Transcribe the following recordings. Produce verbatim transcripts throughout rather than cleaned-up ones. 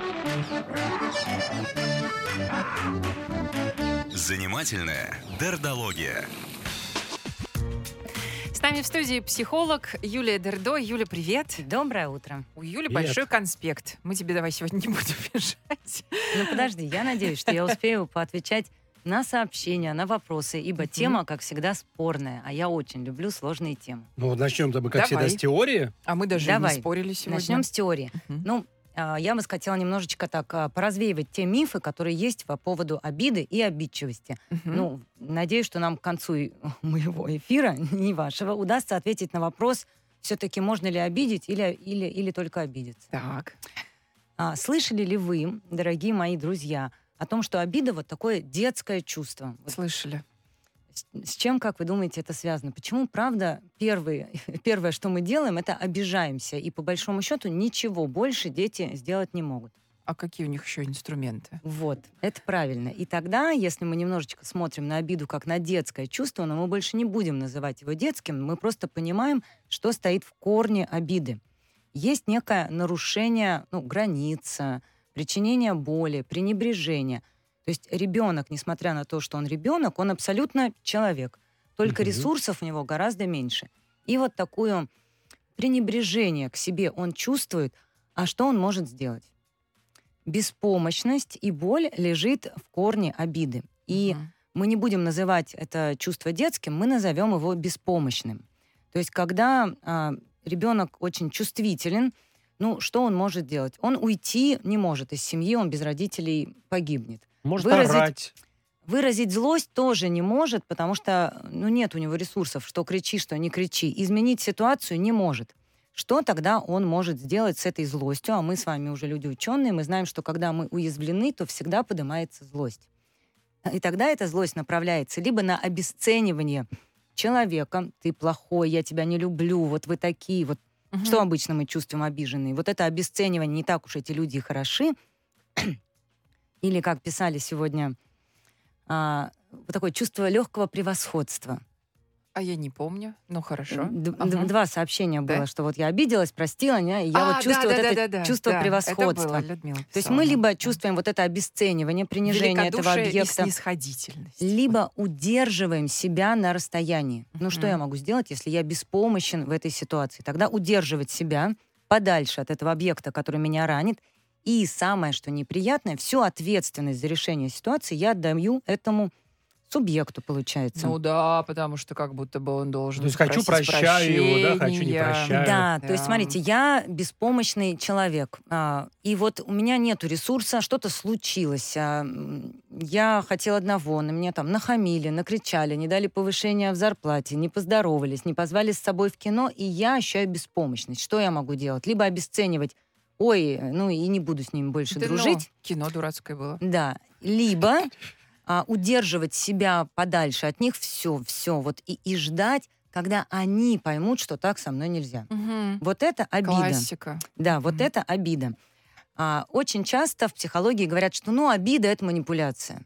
Занимательная дердология. С нами в студии психолог Юлия Дердо. Юля, привет. Доброе утро. У Юли Привет. большой конспект. Мы тебе давай сегодня не будем мешать. Ну подожди, я надеюсь, что я успею поотвечать на сообщения, на вопросы, ибо Мгм. тема, как всегда, спорная, а я очень люблю сложные темы. Ну, вот начнем-то мы, как Давай. всегда, с теории. А мы даже Давай. не спорили сегодня. Начнем с теории. Мгм. Ну, а, я бы хотела немножечко так а, поразвеивать те мифы, которые есть по поводу обиды и обидчивости. Мгм. Ну, надеюсь, что нам к концу и- моего эфира, не вашего, удастся ответить на вопрос, все-таки можно ли обидеть или, или, или только обидеться. Так. А, слышали ли вы, дорогие мои друзья, о том, что обида вот такое детское чувство? Вот Слышали. с, с чем, как вы думаете, это связано? Почему, правда, первые, первое, что мы делаем, это обижаемся, и по большому счету ничего больше дети сделать не могут? А какие у них еще инструменты? Вот, это правильно. И тогда, если мы немножечко смотрим на обиду как на детское чувство, но мы больше не будем называть его детским, мы просто понимаем, что стоит в корне обиды. Есть некое нарушение, ну, граница, причинение боли, пренебрежение. То есть ребенок, несмотря на то, что он ребенок, он абсолютно человек. Только Мгм. ресурсов у него гораздо меньше. И вот такое пренебрежение к себе он чувствует. А что он может сделать? Беспомощность и боль лежит в корне обиды. И Мгм. мы не будем называть это чувство детским, мы назовем его беспомощным. То есть когда а, ребенок очень чувствителен, ну, что он может делать? Он уйти не может из семьи, он без родителей погибнет. Может Выразить- орать. Выразить злость тоже не может, потому что ну, нет у него ресурсов, что кричи, что не кричи. Изменить ситуацию не может. Что тогда он может сделать с этой злостью? А мы с вами уже люди ученые, мы знаем, что когда мы уязвлены, то всегда поднимается злость. И тогда эта злость направляется либо на обесценивание человека. Ты плохой, я тебя не люблю, вот вы такие. Вот Мгм. что обычно мы чувствуем обиженные? Вот это обесценивание, не так уж эти люди и хороши. Или, как писали сегодня, а, вот такое чувство легкого превосходства. А я не помню. Ну, хорошо. Д- д- Ага. Два сообщения Да. было, что вот я обиделась, простила, не, и я А, вот чувствую да, вот да, это да, да, чувство да, превосходства. Это было, Людмила То есть писала мы нам. либо Да. чувствуем вот это обесценивание, принижение этого Великодушие и объекта, снисходительность. либо удерживаем себя на расстоянии. Ну что Мгм. я могу сделать, если я беспомощен в этой ситуации? Тогда удерживать себя подальше от этого объекта, который меня ранит. И самое, что неприятное, всю ответственность за решение ситуации я отдаю этому субъекту, получается. Ну да, потому что как будто бы он должен То есть хочу, просить прощаю его, да, хочу, не прощения. прощаю. Да, то есть, Да. смотрите, я беспомощный человек, а, и вот у меня нету ресурса, что-то случилось, а, м, я хотела одного, на меня там нахамили, накричали, не дали повышения в зарплате, не поздоровались, не позвали с собой в кино, и я ощущаю беспомощность. Что я могу делать? Либо обесценивать, ой, ну и не буду с ним больше Да ну, дружить, кино дурацкое было. да, либо а, удерживать себя подальше от них, все, все, вот и, и ждать, когда они поймут, что так со мной нельзя. Мгм. Вот это обида. Классика. Да, вот Мгм. это обида. А, очень часто в психологии говорят, что ну обида это манипуляция.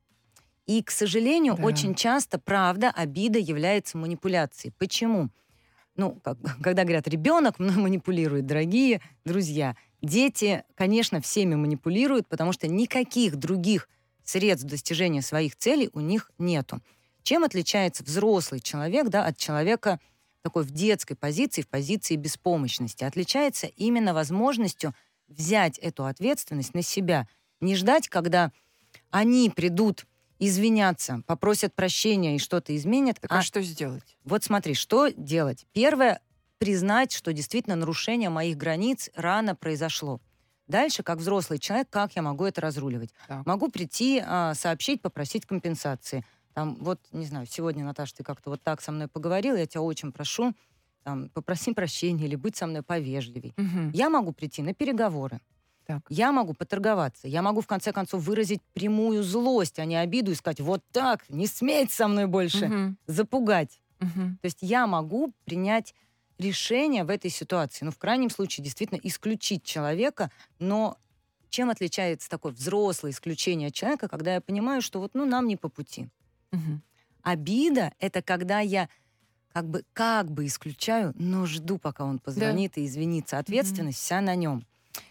И, к сожалению, Да. очень часто, правда, обида является манипуляцией. Почему? Ну, как бы, когда говорят, ребенок мной манипулирует, дорогие друзья, дети, конечно, всеми манипулируют, потому что никаких других средств достижения своих целей у них нету. Чем отличается взрослый человек, да, от человека такой в детской позиции, в позиции беспомощности? Отличается именно возможностью взять эту ответственность на себя. Не ждать, когда они придут извиняться, попросят прощения и что-то изменят. Так а, а что сделать? вот смотри, что делать? Первое, признать, что действительно нарушение моих границ рано произошло. Дальше, как взрослый человек, как я могу это разруливать? Так. Могу прийти, а, сообщить, попросить компенсации. Там, вот, не знаю, сегодня, Наташа, ты как-то вот так со мной поговорила, я тебя очень прошу, там, попроси прощения или быть со мной повежливей. Мгм. Я могу прийти на переговоры. Так. Я могу поторговаться. Я могу, в конце концов, выразить прямую злость, а не обиду и сказать, вот так, не смейте со мной больше, Мгм. запугать. Мгм. То есть я могу принять решение в этой ситуации. Ну, в крайнем случае, действительно, исключить человека, но чем отличается такое взрослое исключение от человека, когда я понимаю, что вот, ну, нам не по пути. Мгм. Обида — это когда я как бы, как бы исключаю, но жду, пока он позвонит и извинится. Ответственность вся на нем.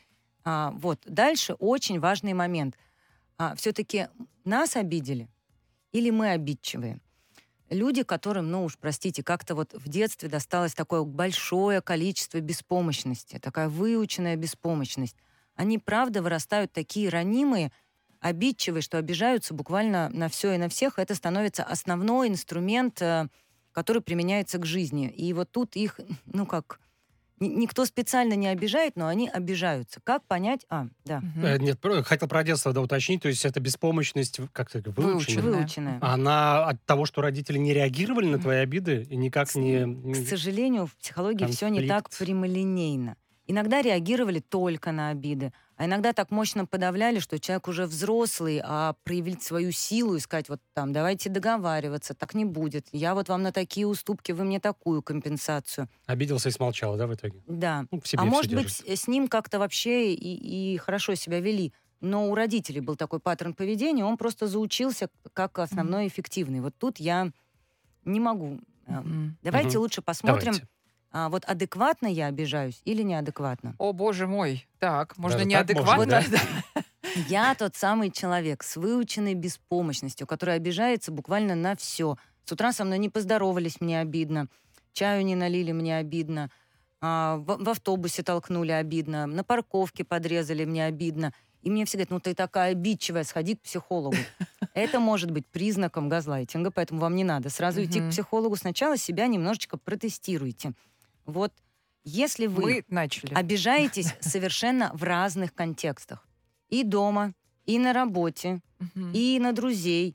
А, вот. Дальше очень важный момент. А, все-таки нас обидели или мы обидчивые? Люди, которым, ну уж, простите, как-то вот в детстве досталось такое большое количество беспомощности, такая выученная беспомощность, они, правда, вырастают такие ранимые, обидчивые, что обижаются буквально на все и на всех. Это становится основной инструмент, который применяется к жизни. И вот тут их, ну как, никто специально не обижает, но они обижаются. Как понять? А, да. Угу. Э, нет, хотел про детство да, уточнить. То есть это беспомощность, как-то выученная. Выученная. Она от того, что родители не реагировали на твои обиды и никак С, не... К сожалению, в психологии конфликт. все не так прямолинейно. Иногда реагировали только на обиды, а иногда так мощно подавляли, что человек уже взрослый, а проявить свою силу и сказать, вот там, давайте договариваться, так не будет. Я вот вам на такие уступки, вы мне такую компенсацию. Обиделся и смолчал, да, в итоге? Да. Ну, в себе а может держит. быть, с ним как-то вообще и, и хорошо себя вели, но у родителей был такой паттерн поведения, он просто заучился как основной mm-hmm. эффективный. Вот тут я не могу. Mm-hmm. Давайте mm-hmm. лучше посмотрим... Давайте. А вот адекватно я обижаюсь или неадекватно? О, боже мой. Так, можно Даже неадекватно. Так можно, да? Я тот самый человек с выученной беспомощностью, который обижается буквально на все. С утра со мной не поздоровались, мне обидно. Чаю не налили, мне обидно. А, в, в автобусе толкнули, обидно. На парковке подрезали, мне обидно. И мне все говорят, ну ты такая обидчивая, сходи к психологу. Это может быть признаком газлайтинга, поэтому вам не надо сразу идти к психологу. Сначала себя немножечко протестируйте. Вот если вы Мы начали. обижаетесь совершенно в разных контекстах, и дома, и на работе, uh-huh. и на друзей,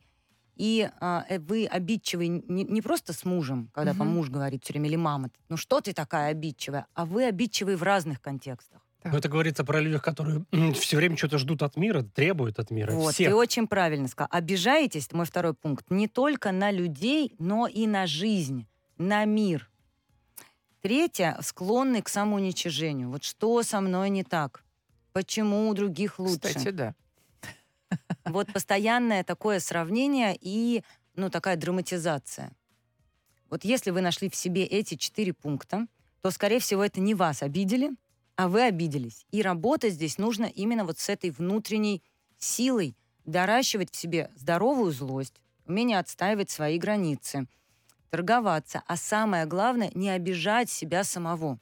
и а, вы обидчивый не, не просто с мужем, когда uh-huh. муж говорит все время, или мама, ну что ты такая обидчивая, а вы обидчивый в разных контекстах. Но это говорится про людей, которые все время что-то ждут от мира, требуют от мира. Вот, Всех. ты очень правильно сказал. Обижаетесь, мой второй пункт, не только на людей, но и на жизнь, на мир. Третье, склонный к самоуничижению. Вот что со мной не так? Почему у других лучше? Кстати, да. Вот постоянное такое сравнение и, ну, такая драматизация. Вот если вы нашли в себе эти четыре пункта, то, скорее всего, это не вас обидели, а вы обиделись. И работать здесь нужно именно вот с этой внутренней силой, доращивать в себе здоровую злость, умение отстаивать свои границы, торговаться, а самое главное, не обижать себя самого.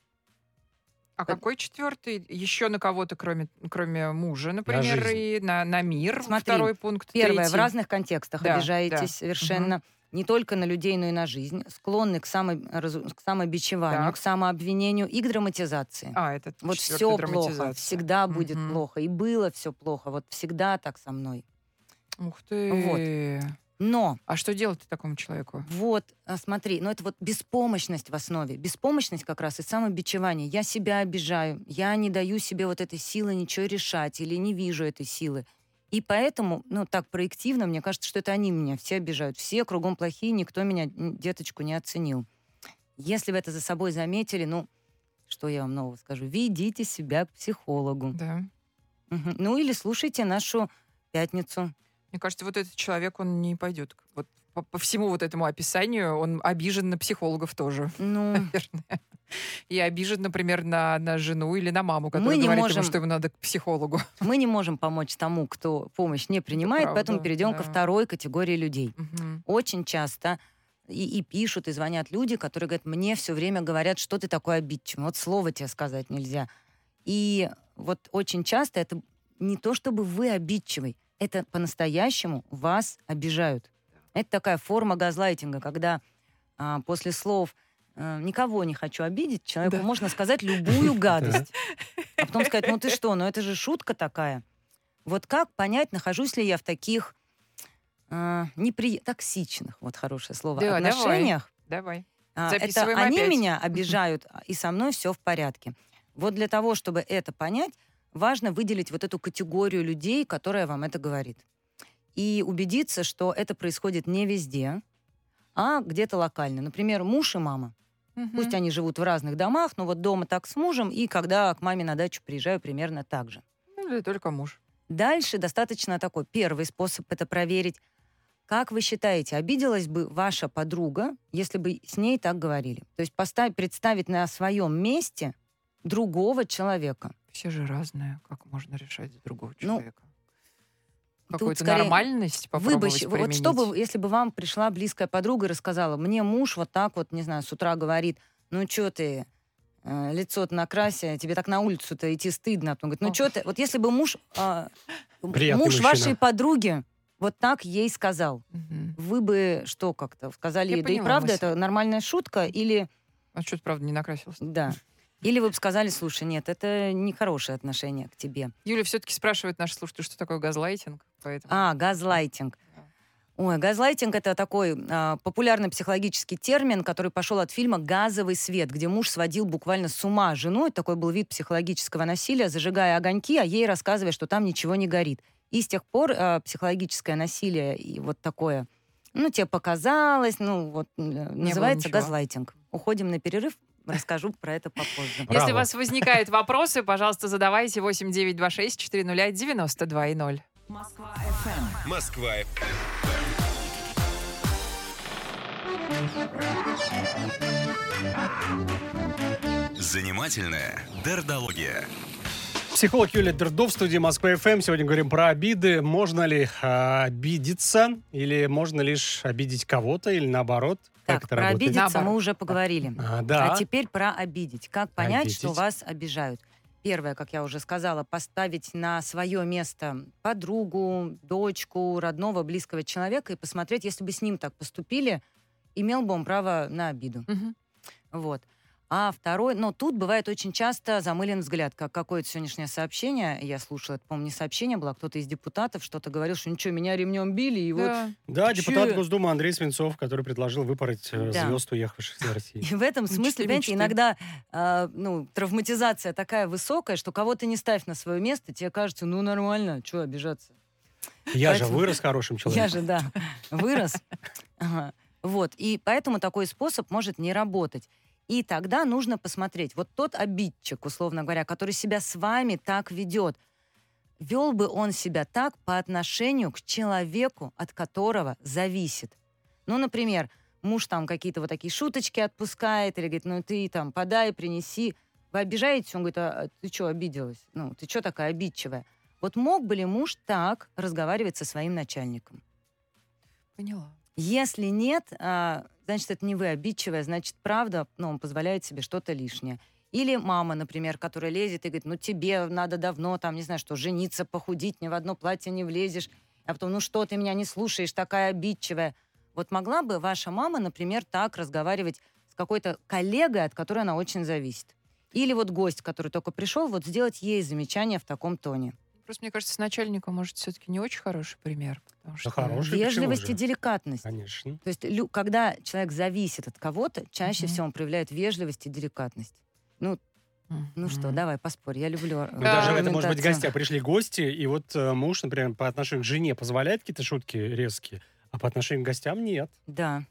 А Под... какой четвертый? Еще на кого-то, кроме, кроме мужа, например, на и на, на мир. Смотри, второй пункт. Первое, третий. В разных контекстах да, обижаетесь да. совершенно. Угу. Не только на людей, но и на жизнь. Склонны к, само... к самобичеванию, так. к самообвинению и к драматизации. А, это вот все плохо, всегда будет угу. плохо. И было все плохо, вот всегда так со мной. Ух ты! Вот. Но... А что делать такому человеку? Вот, смотри, ну это вот беспомощность в основе. Беспомощность как раз и самобичевание. Я себя обижаю, я не даю себе вот этой силы ничего решать или не вижу этой силы. И поэтому, ну так проективно, мне кажется, что это они меня все обижают. Все кругом плохие, никто меня, деточку, не оценил. Если вы это за собой заметили, ну, что я вам нового скажу? Ведите себя к психологу. Да. Угу. Ну или слушайте нашу пятницу. Мне кажется, вот этот человек, он не пойдет. Вот по, по всему вот этому описанию он обижен на психологов тоже, ну... наверное. И обижен, например, на, на жену или на маму, которая мы говорит можем... ему, что ему надо к психологу. Мы не можем помочь тому, кто помощь не принимает, правда, поэтому перейдем да. ко второй категории людей. Угу. Очень часто и, и пишут, и звонят люди, которые говорят, мне все время говорят, что ты такой обидчивый. Вот слово тебе сказать нельзя. И вот очень часто это не то, чтобы вы обидчивый, это по-настоящему вас обижают. Это такая форма газлайтинга, когда а, после слов а, «никого не хочу обидеть», человеку да. можно сказать любую гадость. А потом сказать «ну ты что, ну это же шутка такая». Вот как понять, нахожусь ли я в таких а, непри... токсичных, вот хорошее слово, да, отношениях. Давай, давай. А, это они опять. Меня обижают, и со мной все в порядке. Вот для того, чтобы это понять, важно выделить вот эту категорию людей, которая вам это говорит. И убедиться, что это происходит не везде, а где-то локально. Например, муж и мама. Угу. Пусть они живут в разных домах, но вот дома так с мужем, и когда к маме на дачу приезжаю, примерно так же. Ну, или только муж. Дальше достаточно такой первый способ это проверить. Как вы считаете, обиделась бы ваша подруга, если бы с ней так говорили? То есть поставить, представить на своем месте другого человека. Все же разные. Как можно решать за другого Ну, человека? Какую-то скорее нормальность вы бы, попробовать щ- вот применить. что бы, если бы вам пришла близкая подруга и рассказала, мне муж вот так вот, не знаю, с утра говорит, ну что ты, э, лицо-то накрася, тебе так на улицу-то идти стыдно. А потом говорит, ну О. что ты, вот если бы муж, а, м- Приятный муж мужчина. вашей подруги вот так ей сказал, Мгм. вы бы что как-то сказали Я ей, да и поняла правда, мысль. это нормальная шутка, или, А что ты, правда, не накрасился? да, или вы бы сказали, слушай, нет, это нехорошее отношение к тебе. Юля все-таки спрашивает наши слушатели, что такое газлайтинг. Поэтому... А, газлайтинг. Да. Ой, газлайтинг — это такой а, популярный психологический термин, который пошел от фильма «Газовый свет», где муж сводил буквально с ума жену. Это такой был вид психологического насилия, зажигая огоньки, а ей рассказывая, что там ничего не горит. И с тех пор а, психологическое насилие и вот такое, ну, тебе показалось, ну, вот, э, называется ничего. газлайтинг. Уходим на перерыв, расскажу про это попозже. Браво. Если у вас возникают вопросы, пожалуйста, задавайте восемь девятьсот двадцать шесть четыреста девяносто два ноль. Москва эф эм. Москва. Занимательная дердология. Психолог Юлия Дердо в студии Москва-ФМ. Сегодня говорим про обиды. Можно ли а, обидеться? Или можно лишь обидеть кого-то? Или наоборот? Так, как это про работает? обидеться мы Наоборот. уже поговорили. А, да. А теперь про обидеть. Как понять, что Обидеть. вас обижают? Первое, как я уже сказала, поставить на свое место подругу, дочку, родного, близкого человека и посмотреть, если бы с ним так поступили, имел бы он право на обиду. Мгм. Вот. А второй, но тут бывает очень часто замылен взгляд, как какое-то сегодняшнее сообщение, я слушала, это, по-моему, не сообщение было, а кто-то из депутатов что-то говорил, что ничего, меня ремнем били, и вот... Да. Да, Чё? депутат Госдумы Андрей Свинцов, который предложил выпороть э, Да. звезд, уехавших из России. И в этом Мечты, смысле, понимаете, мечты. иногда а, ну, травматизация такая высокая, что кого ты не ставь на свое место, тебе кажется, ну нормально, что обижаться? Я же Поэтому- вырос хорошим Я человеком. же, да, вырос. Ага. Вот, и поэтому такой способ может не работать. И тогда нужно посмотреть, вот тот обидчик, условно говоря, который себя с вами так ведет, вел бы он себя так по отношению к человеку, от которого зависит. Ну, например, муж там какие-то вот такие шуточки отпускает, или говорит, ну ты там подай, принеси. Вы обижаетесь? Он говорит, а ты что обиделась? Ну, ты что такая обидчивая? Вот мог бы ли муж так разговаривать со своим начальником? Поняла. Если нет, а, значит, это не вы обидчивая, значит, правда, ну, он позволяет себе что-то лишнее. Или мама, например, которая лезет и говорит, ну, тебе надо давно, там, не знаю, что, жениться, похудеть, ни в одно платье не влезешь. А потом, ну, что ты меня не слушаешь, такая обидчивая. Вот могла бы ваша мама, например, так разговаривать с какой-то коллегой, от которой она очень зависит? Или вот гость, который только пришел, вот сделать ей замечание в таком тоне. Просто, мне кажется, с начальником, может, все-таки не очень хороший пример. Потому что... хороший. Вежливость почему и же? деликатность. Конечно. То есть, лю- когда человек зависит от кого-то, чаще Мгм. всего он проявляет вежливость и деликатность. Ну, ну что, давай, поспорь, я люблю э, Ну, даже это, может быть, аргументацию. гостя. Пришли гости, и вот э, муж, например, по отношению к жене позволяет какие-то шутки резкие, а по отношению к гостям нет. Да.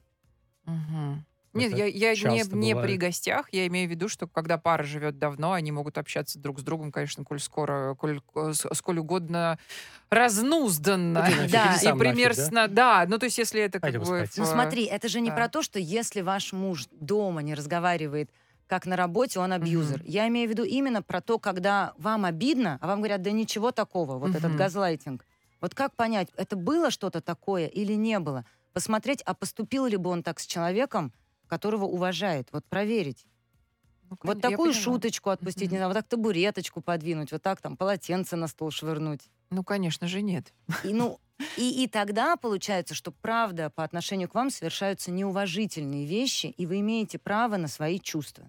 Мгм. Нет, Это я, я не, часто не бывает. при гостях, я имею в виду, что когда пара живет давно, они могут общаться друг с другом, конечно, коль скоро, коль, э, с- сколь угодно разнузданно. Иди нафиг, Да. иди сам И нафиг, примерно, да? ну то есть если это как Пойдем бы... спать. Ну в- смотри, это же не да. про то, что если ваш муж дома не разговаривает как на работе, он абьюзер. Мгм. Я имею в виду именно про то, когда вам обидно, а вам говорят, да ничего такого, вот этот Мгм. газлайтинг. Вот как понять, это было что-то такое или не было? Посмотреть, а поступил ли бы он так с человеком, которого уважает. Вот проверить. Ну, Вот кон- я такую поняла. шуточку отпустить, Мгм. не знаю, вот так табуреточку подвинуть, вот так там полотенце на стол швырнуть. Ну, конечно же, нет. И, ну, и, и тогда получается, что правда по отношению к вам совершаются неуважительные вещи, и вы имеете право на свои чувства.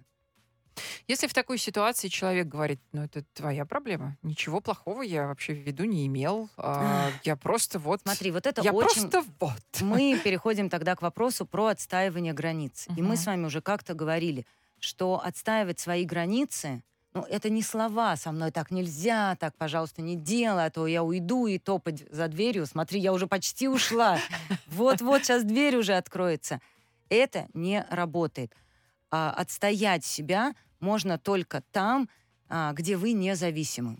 Если в такой ситуации человек говорит, ну, это твоя проблема, ничего плохого я вообще в виду не имел, а, я просто вот... Смотри, вот это я очень... просто вот. Мы переходим тогда к вопросу про отстаивание границ. И мы Мгм. с вами уже как-то говорили, что отстаивать свои границы, ну, это не слова «со мной так нельзя», «так, пожалуйста, не делай, а то я уйду» и топать за дверью. Смотри, я уже почти ушла. Вот-вот сейчас дверь уже откроется. Это не работает. А, отстоять себя можно только там, а, где вы независимы.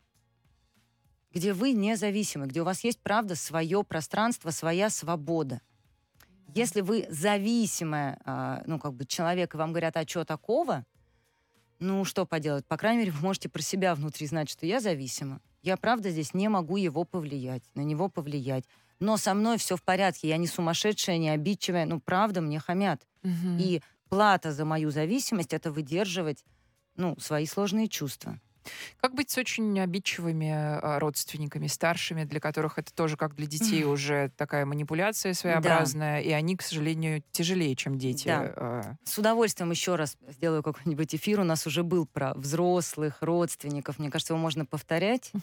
Где вы независимы, где у вас есть, правда, свое пространство, своя свобода. Если вы зависимая, а, ну, как бы человек, и вам говорят, а что такого? Ну, что поделать? По крайней мере, вы можете про себя внутри знать, что я зависима. Я, правда, здесь не могу его повлиять, на него повлиять. Но со мной все в порядке. Я не сумасшедшая, не обидчивая. Ну, правда, мне хамят. Мгм. И плата за мою зависимость — это выдерживать, ну, свои сложные чувства. Как быть с очень обидчивыми а, родственниками, старшими, для которых это тоже, как для детей, уже такая манипуляция своеобразная, и они, к сожалению, тяжелее, чем дети. Да. а. С удовольствием еще раз сделаю какой-нибудь эфир. У нас уже был про взрослых родственников. Мне кажется, его можно повторять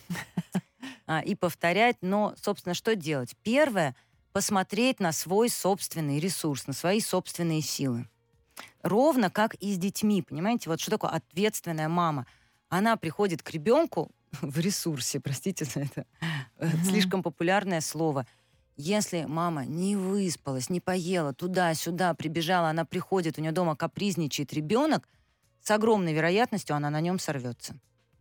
а, и повторять. Но, собственно, что делать? Первое — посмотреть на свой собственный ресурс, на свои собственные силы. Ровно как и с детьми, понимаете? Вот что такое ответственная мама? Она приходит к ребенку в ресурсе, простите за это э, Мгм. слишком популярное слово. Если мама не выспалась, не поела, туда-сюда прибежала, она приходит, у нее дома капризничает ребенок, с огромной вероятностью она на нем сорвется.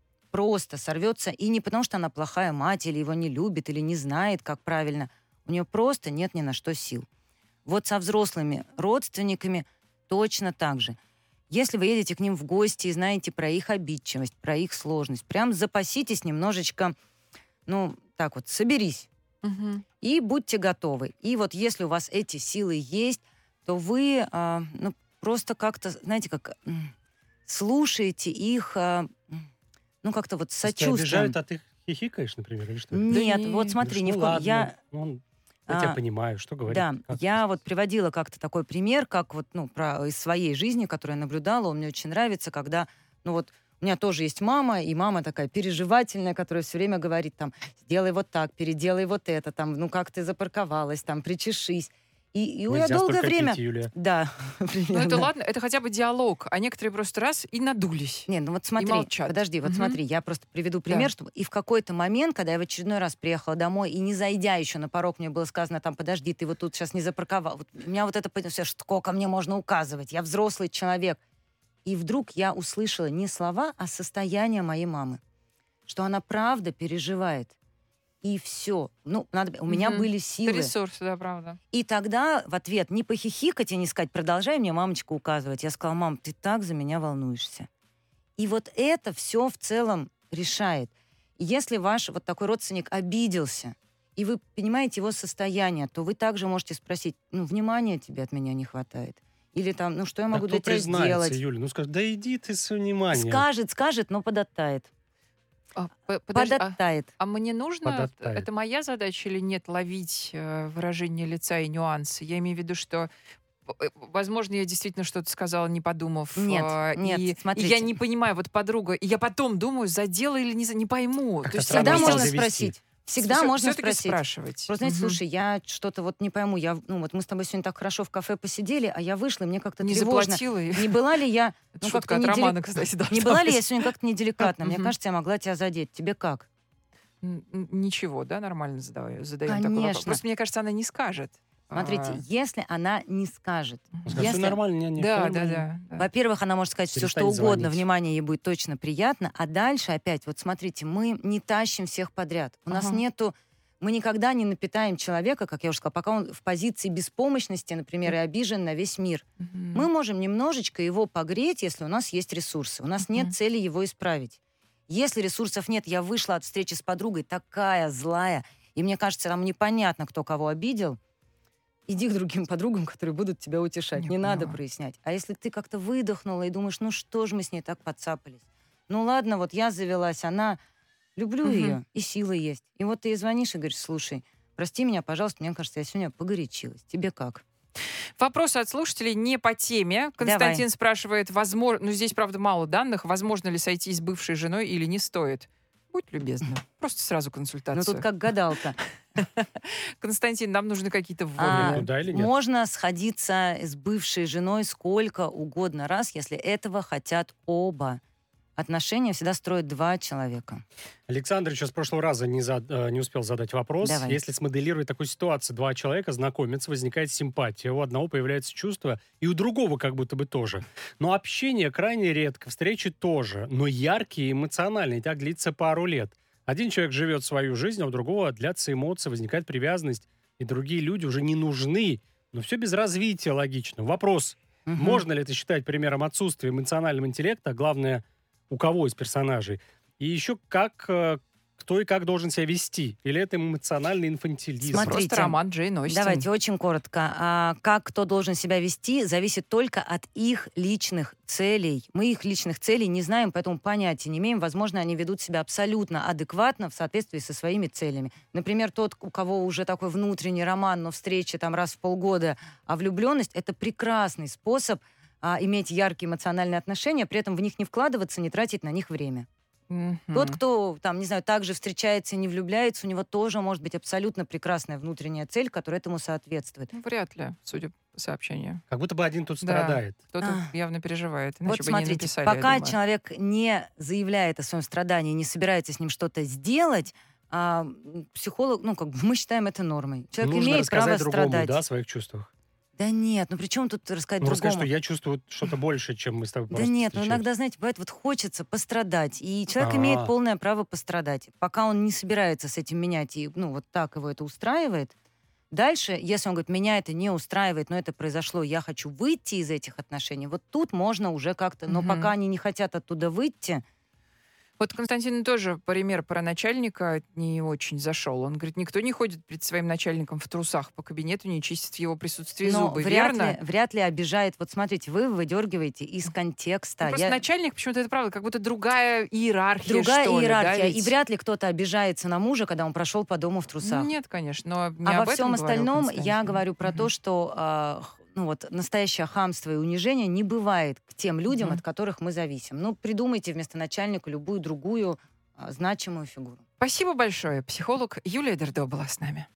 Просто сорвется. И не потому, что она плохая мать, или его не любит, или не знает, как правильно. У нее просто нет ни на что сил. Вот со взрослыми родственниками точно так же. Если вы едете к ним в гости и знаете про их обидчивость, про их сложность, прям запаситесь немножечко, ну, так вот, соберись. Мгм. И будьте готовы. И вот если у вас эти силы есть, то вы а, ну, просто как-то, знаете, как м, слушаете их, а, м, ну, как-то вот с То есть тебя сочувствием. обижают, а ты хихикаешь, например, или что? Нет, Да вот не- смотри, Говоришь, ни ну в коем... ладно, Я, ну, я тебя а, понимаю, что говорить. да, как я это? вот приводила как-то такой пример, как вот, ну, про, из своей жизни, которую я наблюдала. Он мне очень нравится, когда, ну вот, у меня тоже есть мама, и мама такая переживательная, которая все время говорит там, сделай вот так, переделай вот это, там, ну как ты запарковалась, там, причешись. И, и я Нельзя долгое столько время... пить, Юлия. Да, Ну, примерно. это ладно, это хотя бы диалог, а некоторые просто раз и надулись. Не, ну вот смотри, молчат. подожди, вот Мгм. смотри, я просто приведу пример, Да. чтобы и в какой-то момент, когда я в очередной раз приехала домой, и не зайдя еще на порог, мне было сказано, там, подожди, ты вот тут сейчас не запарковал. Вот у меня вот это, все, сколько мне можно указывать, я взрослый человек. И вдруг я услышала не слова, а состояние моей мамы, что она правда переживает. И все. Ну, надо... у меня Мгм. были Это силы. ресурсы, да, правда. И тогда в ответ не похихикать и не сказать, продолжай мне, мамочка, указывать. Я сказала, мам, ты так за меня волнуешься. И вот это все в целом решает. И если ваш вот такой родственник обиделся, и вы понимаете его состояние, то вы также можете спросить, ну, внимания тебе от меня не хватает. Или там, ну, что я Да могу кто для тебя признается, сделать? Юля? Ну скажи, да иди ты с вниманием. Скажет, скажет, но подоттает. А, по- подожди, а- Подоттает. А мне нужно, Подоттает. это моя задача или нет, ловить э, выражение лица и нюансы? Я имею в виду, что, э, возможно, я действительно что-то сказала, не подумав. Нет, э, нет, и, и смотрите. я не понимаю, вот подруга, и я потом думаю, задела или не, за- не пойму. Как-то То есть сразу Всегда я можно можно завести. спросить. Всегда всё- можно всё-таки спросить. спрашивать. Просто, знаете, Мгм. слушай, я что-то вот не пойму, я, ну вот мы с тобой сегодня так хорошо в кафе посидели, а я вышла, и мне как-то Не тревожно. заплатила. и- Не была ли я, Это ну, шутка как-то от недели- Романа, кстати, должна не была ли я быть. сегодня как-то неделикатна? Мне Мгм. кажется, я могла тебя задеть. Тебе как? Н- н- Ничего, да, нормально задаю, задаем такой вопрос. Конечно. Просто мне кажется, она не скажет. Смотрите, А, если она не скажет, Скажи, если- все нормально, не, не, Да, всё да, нормально. да. да. во-первых, она может сказать все, что Перестань угодно, звонить. внимание ей будет точно приятно, а дальше опять, вот смотрите, мы не тащим всех подряд. У нас Ага. нету, мы никогда не напитаем человека, как я уже сказала, пока он в позиции беспомощности, например, и обижен на весь мир. Мгм. Мы можем немножечко его погреть, если у нас есть ресурсы. У нас нет Мгм. цели его исправить. Если ресурсов нет, я вышла от встречи с подругой такая злая, и мне кажется, там непонятно, кто кого обидел, иди к другим подругам, которые будут тебя утешать. Я Не надо поняла. прояснять. А если ты как-то выдохнула и думаешь, ну что ж мы с ней так подцапались? Ну ладно, вот я завелась, она... Люблю Мгм. ее, и силы есть. И вот ты ей звонишь и говоришь, слушай, прости меня, пожалуйста, мне кажется, я сегодня погорячилась. Тебе как? Вопросы от слушателей не по теме. Константин Давай. спрашивает, возможно, ну здесь, правда, мало данных, возможно ли сойтись с бывшей женой или не стоит? Будь любезна. Просто сразу Ну консультацию. тут как гадалка. Константин, нам нужны какие-то вводы. А, Ну, да или нет? Можно сходиться с бывшей женой сколько угодно раз, если этого хотят оба. Отношения всегда строят два человека. Александр еще с прошлого раза не, зад- э, не успел задать вопрос. Давай. Если смоделировать такую ситуацию, два человека знакомятся, возникает симпатия, у одного появляется чувство, и у другого как будто бы тоже. Но общение крайне редко, встречи тоже, но яркие, эмоциональные, и так длится пару лет. Один человек живет свою жизнь, а у другого длятся эмоции, возникает привязанность, и другие люди уже не нужны, но все без развития, логично. Вопрос, Мгм. Можно ли это считать примером отсутствия эмоционального интеллекта, а главное, у кого из персонажей? И еще как, э, кто и как должен себя вести? Или это эмоциональный инфантилизм? Смотрите. Просто роман Джейн Остин. Давайте очень коротко. А, как кто должен себя вести, зависит только от их личных целей. Мы их личных целей не знаем, поэтому понятия не имеем. Возможно, они ведут себя абсолютно адекватно в соответствии со своими целями. Например, тот, у кого уже такой внутренний роман, но встреча там раз в полгода, а влюбленность — это прекрасный способ а, иметь яркие эмоциональные отношения, при этом в них не вкладываться, не тратить на них время. Мгм. Тот, кто, там, не знаю, также встречается и не влюбляется, у него тоже может быть абсолютно прекрасная внутренняя цель, которая этому соответствует. Ну, вряд ли, судя по сообщению. Как будто бы один тут Да. страдает. Кто-то А. явно переживает, иначе Вот бы не смотрите, написали, я пока думаю. человек не заявляет о своем страдании, не собирается с ним что-то сделать, а, м, психолог, ну, как бы мы считаем это нормой. Человек Нужно имеет рассказать право другому, страдать. да, о своих чувствах. Да нет, ну при чем тут рассказать Ну, рассказать, другому? что я чувствую что-то больше, чем мы с тобой Да просто нет, ну встречаемся. иногда, знаете, бывает, вот хочется пострадать, и человек А. имеет полное право пострадать. Пока он не собирается с этим менять, и, ну, вот так его это устраивает, дальше, если он говорит, меня это не устраивает, но это произошло, я хочу выйти из этих отношений, вот тут можно уже как-то, но Мгм. пока они не хотят оттуда выйти, Вот Константин тоже пример про начальника не очень зашел. Он говорит, никто не ходит перед своим начальником в трусах по кабинету, не чистит в его присутствии но зубы, вряд верно? ли, вряд ли обижает. Вот смотрите, вы выдергиваете из контекста. Ну, просто Я- начальник, почему-то это правда, как будто другая иерархия, Другая что ли, да, иерархия, и ведь? вряд ли кто-то обижается на мужа, когда он прошел по дому в трусах. Нет, конечно, но не А об во всем этом говорил остальном я Константин. говорю про то, Мгм. что а, х- ну вот настоящее хамство и унижение не бывает к тем людям, Мгм. от которых мы зависим. Ну, придумайте вместо начальника любую другую а, значимую фигуру. Спасибо большое. Психолог Юлия Дердо была с нами.